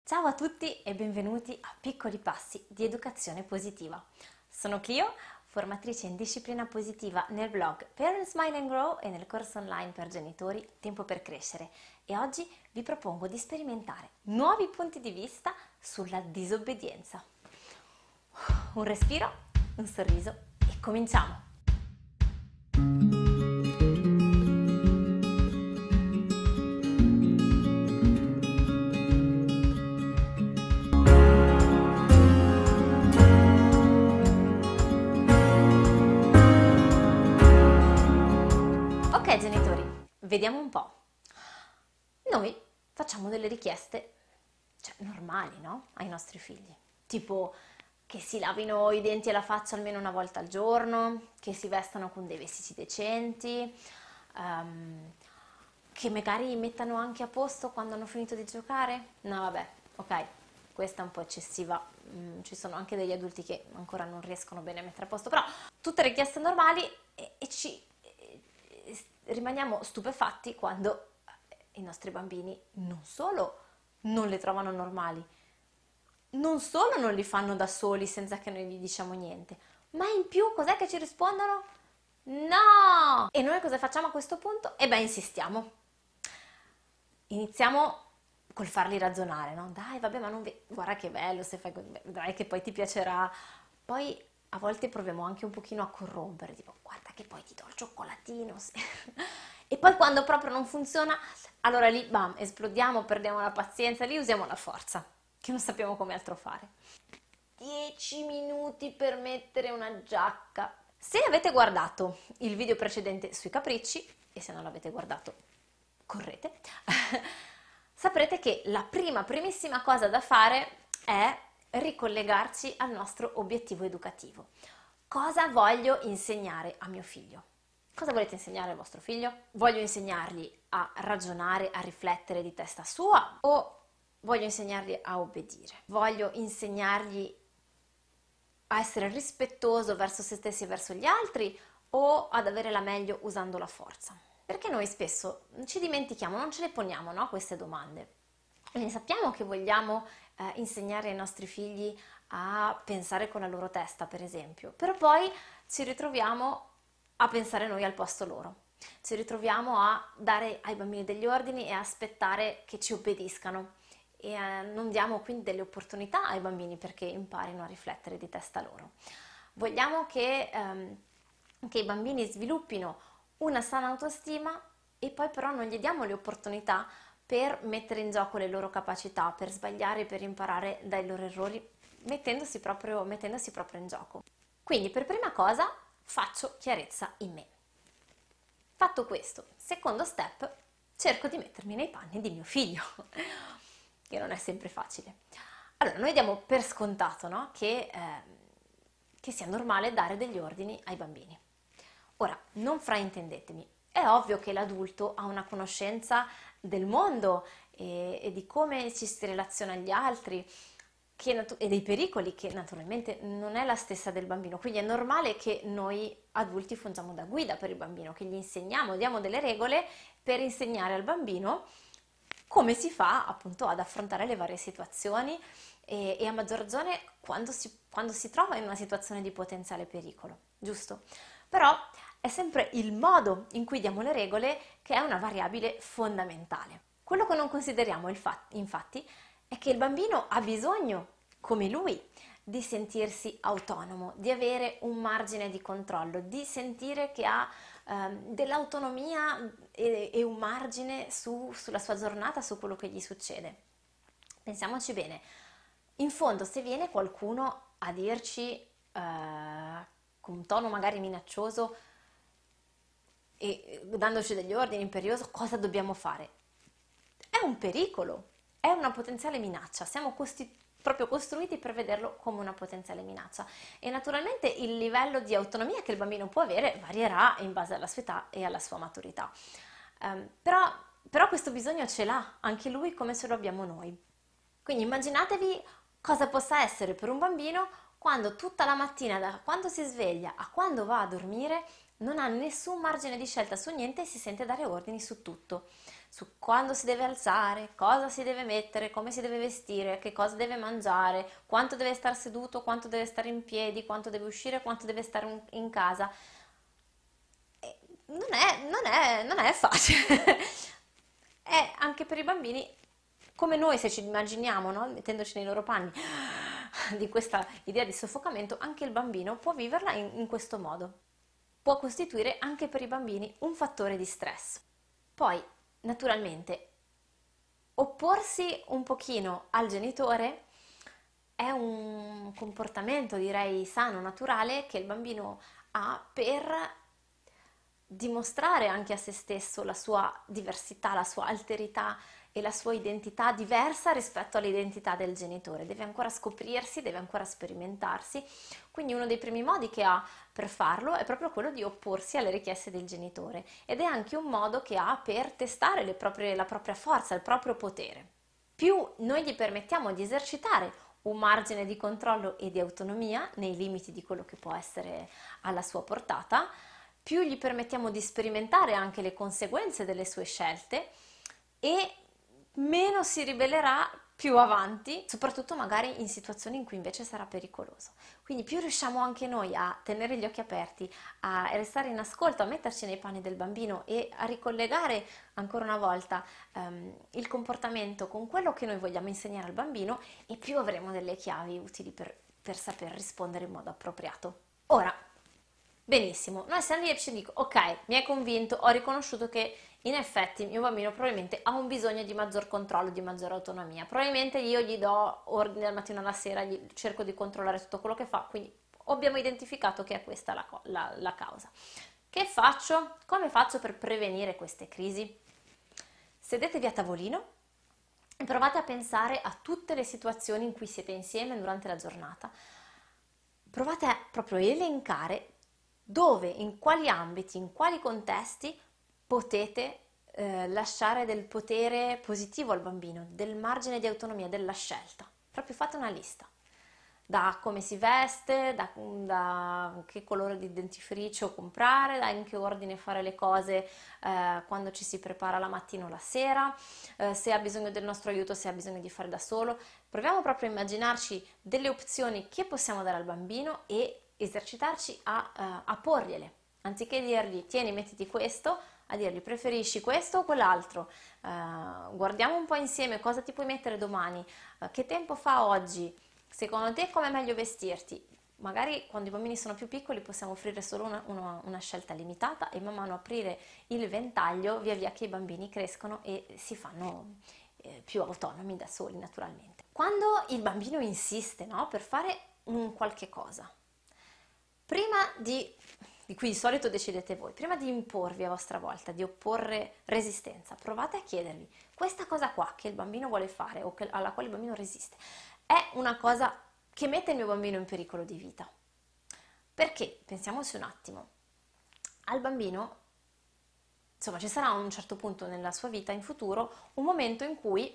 Ciao a tutti e benvenuti a Piccoli Passi di Educazione Positiva. Sono Clio, formatrice in disciplina positiva nel blog Parent Smile and Grow e nel corso online per genitori Tempo per Crescere, e oggi vi propongo di sperimentare nuovi punti di vista sulla disobbedienza. Un respiro, un sorriso e cominciamo! Ok genitori, vediamo un po'. Noi facciamo delle richieste, normali, no? Ai nostri figli. Tipo che si lavino i denti e la faccia almeno una volta al giorno, che si vestano con dei vestiti decenti, che magari mettano anche a posto quando hanno finito di giocare. No, vabbè, ok, questa è un po' eccessiva. Ci sono anche degli adulti che ancora non riescono bene a mettere a posto, però tutte richieste normali e rimaniamo stupefatti quando i nostri bambini non solo non le trovano normali, non solo non li fanno da soli senza che noi gli diciamo niente, ma in più cos'è che ci rispondono? No! E noi cosa facciamo a questo punto? E beh, insistiamo. Iniziamo col farli ragionare, no? Dai, vabbè, ma non guarda che bello, se fai vedrai che poi ti piacerà. Poi a volte proviamo anche un pochino a corrompere, tipo guarda che poi ti do il cioccolatino. E poi quando proprio non funziona, allora lì, bam, esplodiamo, perdiamo la pazienza, lì usiamo la forza, che non sappiamo come altro fare. 10 minuti per mettere una giacca. Se avete guardato il video precedente sui capricci, e se non l'avete guardato, correte, saprete che la primissima cosa da fare è ricollegarci al nostro obiettivo educativo. Cosa voglio insegnare a mio figlio? Cosa volete insegnare al vostro figlio? Voglio insegnargli a ragionare, a riflettere di testa sua, o voglio insegnargli a obbedire? Voglio insegnargli a essere rispettoso verso se stessi e verso gli altri, o ad avere la meglio usando la forza? Perché noi spesso ci dimentichiamo, non ce le poniamo, no, queste domande. E sappiamo che vogliamo insegnare ai nostri figli a pensare con la loro testa, per esempio, però poi ci ritroviamo a pensare noi al posto loro. Ci ritroviamo a dare ai bambini degli ordini e aspettare che ci obbediscano, e non diamo quindi delle opportunità ai bambini perché imparino a riflettere di testa loro. Vogliamo che i bambini sviluppino una sana autostima, e poi però non gli diamo le opportunità per mettere in gioco le loro capacità, per sbagliare, per imparare dai loro errori, mettendosi proprio in gioco. Quindi per prima cosa faccio chiarezza in me. Fatto questo, secondo step, cerco di mettermi nei panni di mio figlio, che non è sempre facile. Allora, noi diamo per scontato, no? Che sia normale dare degli ordini ai bambini. Ora, non fraintendetemi, è ovvio che l'adulto ha una conoscenza del mondo e di come ci si relaziona agli altri, e dei pericoli, che naturalmente non è la stessa del bambino, quindi è normale che noi adulti fungiamo da guida per il bambino, che gli insegniamo, diamo delle regole per insegnare al bambino come si fa appunto ad affrontare le varie situazioni, e a maggior ragione quando si trova in una situazione di potenziale pericolo, giusto? Però è sempre il modo in cui diamo le regole che è una variabile fondamentale. Quello che non consideriamo infatti è che il bambino ha bisogno, come lui, di sentirsi autonomo, di avere un margine di controllo, di sentire che ha dell'autonomia e un margine sulla sua giornata, su quello che gli succede. Pensiamoci bene, in fondo se viene qualcuno a dirci con un tono magari minaccioso e dandoci degli ordini imperiosi cosa dobbiamo fare, è un pericolo, è una potenziale minaccia, siamo proprio costruiti per vederlo come una potenziale minaccia, e naturalmente il livello di autonomia che il bambino può avere varierà in base alla sua età e alla sua maturità, però questo bisogno ce l'ha anche lui come ce lo abbiamo noi. Quindi immaginatevi cosa possa essere per un bambino quando tutta la mattina, da quando si sveglia a quando va a dormire, non ha nessun margine di scelta su niente e si sente dare ordini su tutto. su quando si deve alzare, cosa si deve mettere, come si deve vestire, che cosa deve mangiare, quanto deve stare seduto, quanto deve stare in piedi, quanto deve uscire, quanto deve stare in casa. Non è facile. È anche per i bambini, come noi se ci immaginiamo, no? Mettendoci nei loro panni, di questa idea di soffocamento, anche il bambino può viverla in questo modo. Può costituire anche per i bambini un fattore di stress. Poi, naturalmente, opporsi un pochino al genitore è un comportamento, direi, sano, naturale, che il bambino ha per dimostrare anche a se stesso la sua diversità, la sua alterità e la sua identità diversa rispetto all'identità del genitore. Deve ancora scoprirsi, deve ancora sperimentarsi. Quindi uno dei primi modi che ha per farlo è proprio quello di opporsi alle richieste del genitore, ed è anche un modo che ha per testare la propria forza, il proprio potere. Più noi gli permettiamo di esercitare un margine di controllo e di autonomia nei limiti di quello che può essere alla sua portata, più gli permettiamo di sperimentare anche le conseguenze delle sue scelte e meno si ribellerà più avanti, soprattutto magari in situazioni in cui invece sarà pericoloso. Quindi più riusciamo anche noi a tenere gli occhi aperti, a restare in ascolto, a metterci nei panni del bambino e a ricollegare ancora una volta il comportamento con quello che noi vogliamo insegnare al bambino, e più avremo delle chiavi utili per saper rispondere in modo appropriato. Ora, benissimo, noi siamo lì e ci dico, ok, mi hai convinto, ho riconosciuto che in effetti mio bambino probabilmente ha un bisogno di maggior controllo, di maggior autonomia. Probabilmente io gli do ordine dal mattino alla sera, cerco di controllare tutto quello che fa, quindi abbiamo identificato che è questa la causa. Che faccio? Come faccio per prevenire queste crisi? Sedetevi a tavolino e provate a pensare a tutte le situazioni in cui siete insieme durante la giornata. Provate a proprio elencare dove, in quali ambiti, in quali contesti potete lasciare del potere positivo al bambino, del margine di autonomia, della scelta. Proprio fate una lista. Da come si veste, da che colore di dentifricio comprare, da in che ordine fare le cose quando ci si prepara la mattina o la sera, se ha bisogno del nostro aiuto, se ha bisogno di fare da solo. Proviamo proprio a immaginarci delle opzioni che possiamo dare al bambino e esercitarci a porgliele, anziché dirgli tieni, mettiti questo, a dirgli preferisci questo o quell'altro, guardiamo un po' insieme cosa ti puoi mettere domani, che tempo fa oggi, secondo te com'è meglio vestirti. Magari quando i bambini sono più piccoli possiamo offrire solo una scelta limitata e man mano aprire il ventaglio via via che i bambini crescono e si fanno più autonomi da soli, naturalmente. Quando il bambino insiste, no, per fare un qualche cosa, prima di cui di solito decidete voi, prima di imporvi a vostra volta, di opporre resistenza, provate a chiedervi, questa cosa qua che il bambino vuole fare o alla quale il bambino resiste, è una cosa che mette il mio bambino in pericolo di vita? Perché, pensiamoci un attimo, al bambino, insomma, ci sarà a un certo punto nella sua vita in futuro un momento in cui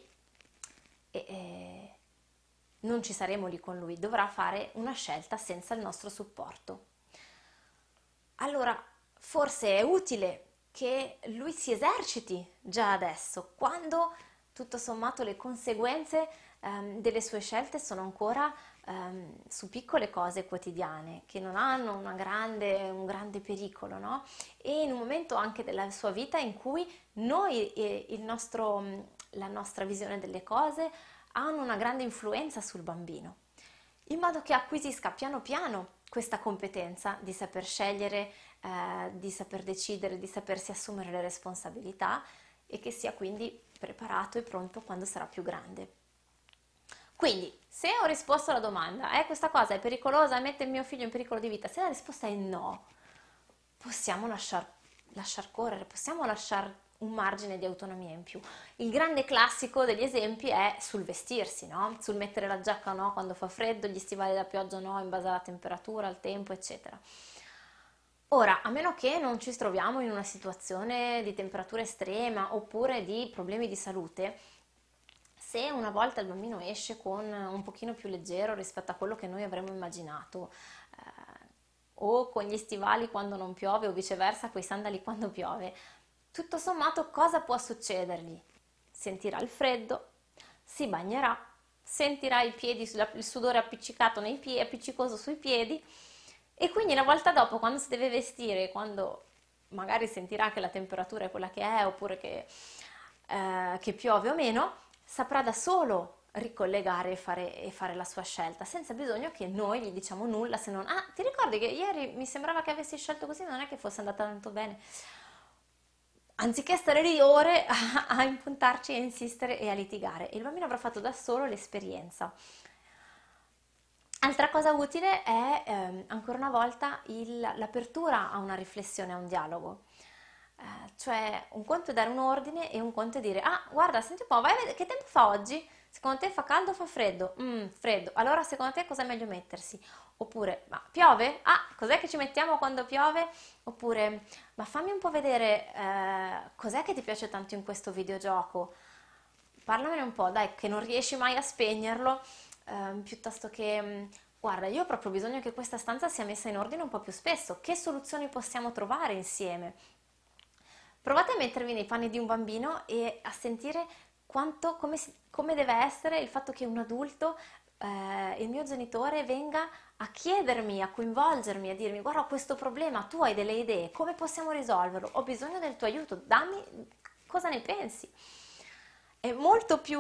non ci saremo lì con lui, dovrà fare una scelta senza il nostro supporto. Allora, forse è utile che lui si eserciti già adesso, quando tutto sommato le conseguenze delle sue scelte sono ancora su piccole cose quotidiane, che non hanno un grande pericolo, no? E in un momento anche della sua vita in cui noi, la nostra visione delle cose hanno una grande influenza sul bambino, in modo che acquisisca piano piano questa competenza di saper scegliere, di saper decidere, di sapersi assumere le responsabilità e che sia quindi preparato e pronto quando sarà più grande. Quindi, se ho risposto alla domanda, questa cosa è pericolosa, mette il mio figlio in pericolo di vita, se la risposta è no, possiamo lasciar correre, possiamo lasciare un margine di autonomia in più. Il grande classico degli esempi è sul vestirsi, no? Sul mettere la giacca o no quando fa freddo, gli stivali da pioggia o no in base alla temperatura, al tempo, eccetera. Ora, a meno che non ci troviamo in una situazione di temperatura estrema oppure di problemi di salute, se una volta il bambino esce con un pochino più leggero rispetto a quello che noi avremmo immaginato, o con gli stivali quando non piove o viceversa, coi sandali quando piove, tutto sommato cosa può succedergli? Sentirà il freddo, si bagnerà, sentirà i piedi, il sudore appiccicato nei piedi, appiccicoso sui piedi, e quindi una volta dopo, quando si deve vestire, quando magari sentirà che la temperatura è quella che è, oppure che piove o meno, saprà da solo ricollegare e fare la sua scelta, senza bisogno che noi gli diciamo nulla, se non: ah, ti ricordi che ieri mi sembrava che avessi scelto così, non è che fosse andata tanto bene. Anziché stare lì ore a impuntarci, a insistere e a litigare, il bambino avrà fatto da solo l'esperienza. Altra cosa utile è ancora una volta l'apertura a una riflessione, a un dialogo. Cioè, un conto è dare un ordine e un conto è dire: ah, guarda, senti un po', vai a vedere che tempo fa oggi? Secondo te fa caldo o fa freddo? Freddo. Allora, secondo te cosa è meglio mettersi? Oppure: ma piove? Ah, cos'è che ci mettiamo quando piove? Oppure: ma fammi un po' vedere cos'è che ti piace tanto in questo videogioco? Parlamene un po', dai, che non riesci mai a spegnerlo, piuttosto che: guarda, io ho proprio bisogno che questa stanza sia messa in ordine un po' più spesso, che soluzioni possiamo trovare insieme? Provate a mettervi nei panni di un bambino e a sentire come deve essere il fatto che un adulto, il mio genitore, venga a chiedermi, a coinvolgermi, a dirmi: guarda, ho questo problema, tu hai delle idee, come possiamo risolverlo? Ho bisogno del tuo aiuto, dammi cosa ne pensi. È molto più,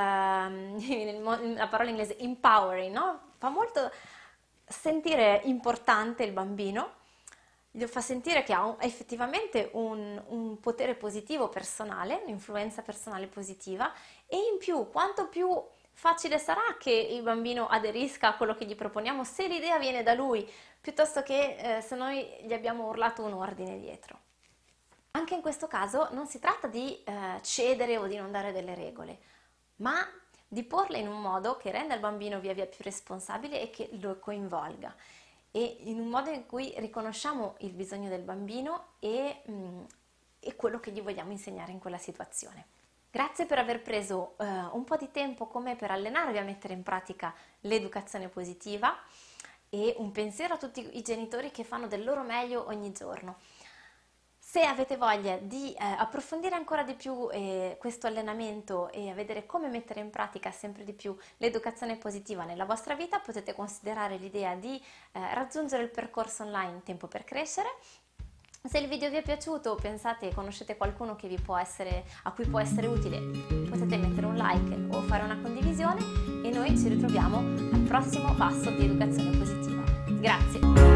la parola inglese empowering, no? Fa molto sentire importante il bambino, gli fa sentire che ha effettivamente un potere positivo personale, un'influenza personale positiva, e in più, quanto più facile sarà che il bambino aderisca a quello che gli proponiamo se l'idea viene da lui, piuttosto che se noi gli abbiamo urlato un ordine dietro. Anche in questo caso non si tratta di cedere o di non dare delle regole, ma di porle in un modo che renda il bambino via via più responsabile e che lo coinvolga, e in un modo in cui riconosciamo il bisogno del bambino e quello che gli vogliamo insegnare in quella situazione. Grazie per aver preso un po' di tempo con me per allenarvi a mettere in pratica l'educazione positiva, e un pensiero a tutti i genitori che fanno del loro meglio ogni giorno. Se avete voglia di approfondire ancora di più questo allenamento e a vedere come mettere in pratica sempre di più l'educazione positiva nella vostra vita, potete considerare l'idea di raggiungere il percorso online Tempo per Crescere. Se il video vi è piaciuto o pensate e conoscete qualcuno che a cui può essere utile, potete mettere un like o fare una condivisione, e noi ci ritroviamo al prossimo passo di educazione positiva. Grazie!